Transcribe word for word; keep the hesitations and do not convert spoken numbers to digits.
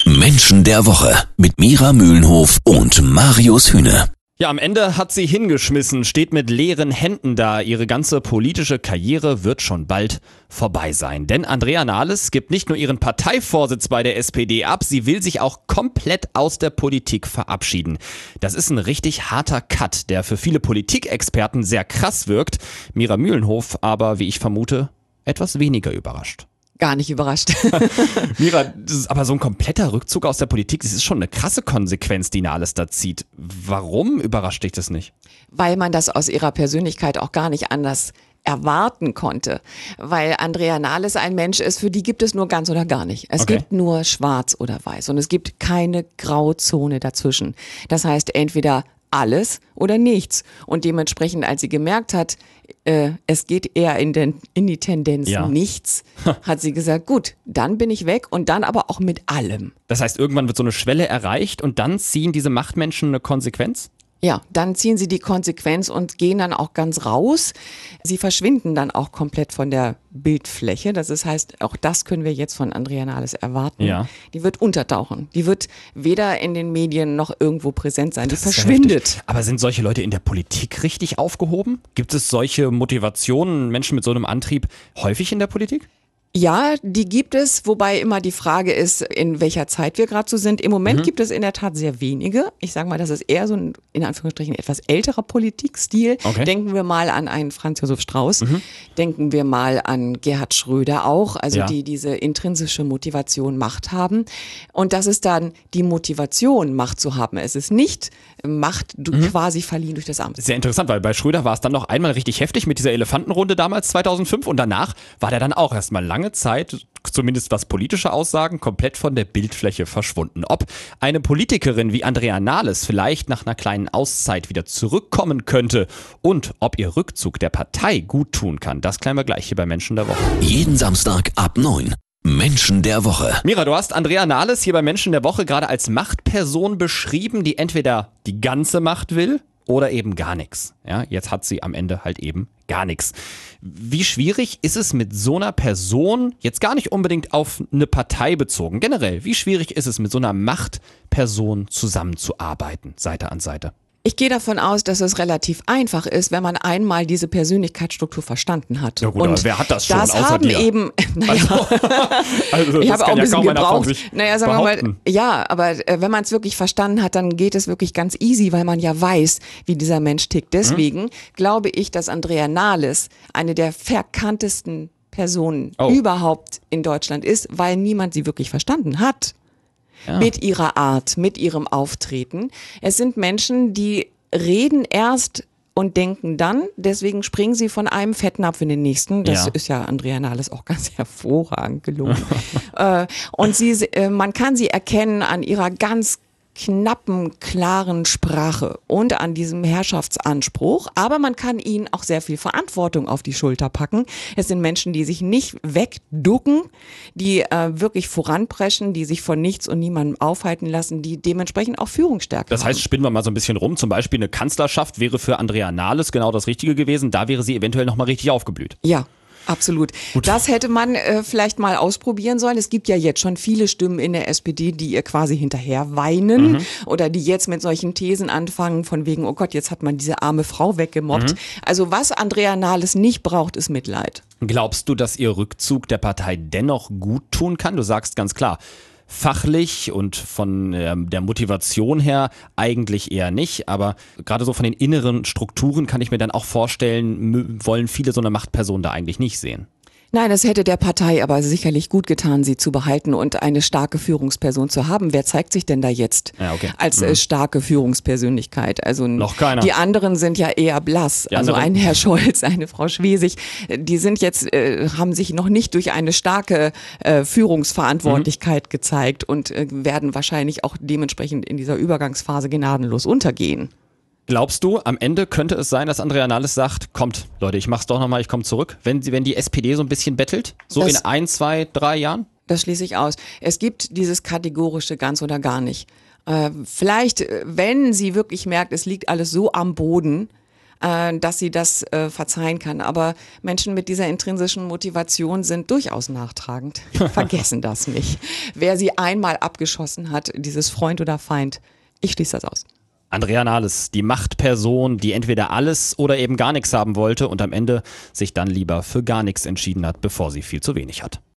Menschen der Woche mit Mira Mühlenhof und Marius Hühne. Ja, am Ende hat sie hingeschmissen, steht mit leeren Händen da. Ihre ganze politische Karriere wird schon bald vorbei sein. Denn Andrea Nahles gibt nicht nur ihren Parteivorsitz bei der S P D ab, sie will sich auch komplett aus der Politik verabschieden. Das ist ein richtig harter Cut, der für viele Politikexperten sehr krass wirkt. Mira Mühlenhof aber, wie ich vermute, etwas weniger überrascht. Gar nicht überrascht. Mira, das ist aber so ein kompletter Rückzug aus der Politik, das ist schon eine krasse Konsequenz, die Nahles da zieht. Warum überrascht dich das nicht? Weil man das aus ihrer Persönlichkeit auch gar nicht anders erwarten konnte. Weil Andrea Nahles ein Mensch ist, für die gibt es nur ganz oder gar nicht. Es Okay. gibt nur schwarz oder weiß und es gibt keine Grauzone dazwischen. Das heißt entweder alles oder nichts. Und dementsprechend, als sie gemerkt hat, äh, es geht eher in, den, in die Tendenz Ja. nichts, hat sie gesagt, gut, dann bin ich weg und dann aber auch mit allem. Das heißt, irgendwann wird so eine Schwelle erreicht und dann ziehen diese Machtmenschen eine Konsequenz? Ja, dann ziehen sie die Konsequenz und gehen dann auch ganz raus. Sie verschwinden dann auch komplett von der Bildfläche. Das ist, heißt, auch das können wir jetzt von Andrea Nahles erwarten. Ja. Die wird untertauchen. Die wird weder in den Medien noch irgendwo präsent sein. Die Das ist ja verschwindet. heftig. Aber sind solche Leute in der Politik richtig aufgehoben? Gibt es solche Motivationen, Menschen mit so einem Antrieb häufig in der Politik? Ja, die gibt es, wobei immer die Frage ist, in welcher Zeit wir gerade so sind. Im Moment Mhm. gibt es in der Tat sehr wenige. Ich sage mal, das ist eher so ein, in Anführungsstrichen, etwas älterer Politikstil. Okay. Denken wir mal an einen Franz Josef Strauß. Mhm. Denken wir mal an Gerhard Schröder auch, also Ja. die diese intrinsische Motivation, Macht haben. Und das ist dann die Motivation, Macht zu haben. Es ist nicht Macht du Mhm. quasi verliehen durch das Amt. Sehr interessant, weil bei Schröder war es dann noch einmal richtig heftig mit dieser Elefantenrunde damals zweitausendfünf und danach war der dann auch erstmal lange Zeit, zumindest was politische Aussagen, komplett von der Bildfläche verschwunden. Ob eine Politikerin wie Andrea Nahles vielleicht nach einer kleinen Auszeit wieder zurückkommen könnte und ob ihr Rückzug der Partei gut tun kann, das klären wir gleich hier bei Menschen der Woche. Jeden Samstag ab neun. Menschen der Woche. Mira, du hast Andrea Nahles hier bei Menschen der Woche gerade als Machtperson beschrieben, die entweder die ganze Macht will oder eben gar nichts. Ja, jetzt hat sie am Ende halt eben gar nichts. Wie schwierig ist es mit so einer Person, jetzt gar nicht unbedingt auf eine Partei bezogen, generell, wie schwierig ist es mit so einer Machtperson zusammenzuarbeiten, Seite an Seite? Ich gehe davon aus, dass es relativ einfach ist, wenn man einmal diese Persönlichkeitsstruktur verstanden hat. Ja gut, aber wer hat das schon, Das außer haben dir? eben, naja, Also, ich das habe auch kann ein ja bisschen kaum einer von gebraucht. sich Naja, sagen wir mal, behaupten. ja, aber äh, wenn man es wirklich verstanden hat, dann geht es wirklich ganz easy, weil man ja weiß, wie dieser Mensch tickt. Deswegen Mhm. glaube ich, dass Andrea Nahles eine der verkanntesten Personen Oh. überhaupt in Deutschland ist, weil niemand sie wirklich verstanden hat. Ja. Mit ihrer Art, mit ihrem Auftreten. Es sind Menschen, die reden erst und denken dann, deswegen springen sie von einem Fettnapf in den nächsten. Das Ja. ist ja Andrea Nahles auch ganz hervorragend gelungen. äh, und sie, äh, man kann sie erkennen an ihrer ganz knappen, klaren Sprache und an diesem Herrschaftsanspruch, aber man kann ihnen auch sehr viel Verantwortung auf die Schulter packen. Es sind Menschen, die sich nicht wegducken, die äh, wirklich voranpreschen, die sich von nichts und niemandem aufhalten lassen, die dementsprechend auch Führungsstärke Das haben. heißt, spinnen wir mal so ein bisschen rum, zum Beispiel eine Kanzlerschaft wäre für Andrea Nahles genau das Richtige gewesen, da wäre sie eventuell nochmal richtig aufgeblüht. Ja. Absolut. Das hätte man äh, vielleicht mal ausprobieren sollen. Es gibt ja jetzt schon viele Stimmen in der S P D, die ihr quasi hinterher weinen Mhm. oder die jetzt mit solchen Thesen anfangen von wegen, oh Gott, jetzt hat man diese arme Frau weggemobbt. Mhm. Also was Andrea Nahles nicht braucht, ist Mitleid. Glaubst du, dass ihr Rückzug der Partei dennoch gut tun kann? Du sagst ganz klar, fachlich und von ähm, der Motivation her eigentlich eher nicht, aber gerade so von den inneren Strukturen kann ich mir dann auch vorstellen, mö- wollen viele so eine Machtperson da eigentlich nicht sehen. Nein, es hätte der Partei aber sicherlich gut getan, sie zu behalten und eine starke Führungsperson zu haben. Wer zeigt sich denn da jetzt Ja, okay. als äh, starke Führungspersönlichkeit? Also Noch keiner. Die anderen sind ja eher blass. Die also anderen- ein Herr Scholz, eine Frau Schwesig, die sind jetzt äh, haben sich noch nicht durch eine starke äh, Führungsverantwortlichkeit Mhm. gezeigt und äh, werden wahrscheinlich auch dementsprechend in dieser Übergangsphase gnadenlos untergehen. Glaubst du, am Ende könnte es sein, dass Andrea Nahles sagt, kommt, Leute, ich mach's doch nochmal, ich komme zurück, wenn, sie, wenn die S P D so ein bisschen bettelt? So Das- in ein, zwei, drei Jahren? Das schließe ich aus. Es gibt dieses kategorische ganz oder gar nicht. Äh, vielleicht, äh, wenn sie wirklich merkt, es liegt alles so am Boden, äh, dass sie das äh, verzeihen kann. Aber Menschen mit dieser intrinsischen Motivation sind durchaus nachtragend. Vergessen das nicht. Wer sie einmal abgeschossen hat, dieses Freund oder Feind, ich schließe das aus. Andrea Nahles, die Machtperson, die entweder alles oder eben gar nichts haben wollte und am Ende sich dann lieber für gar nichts entschieden hat, bevor sie viel zu wenig hat.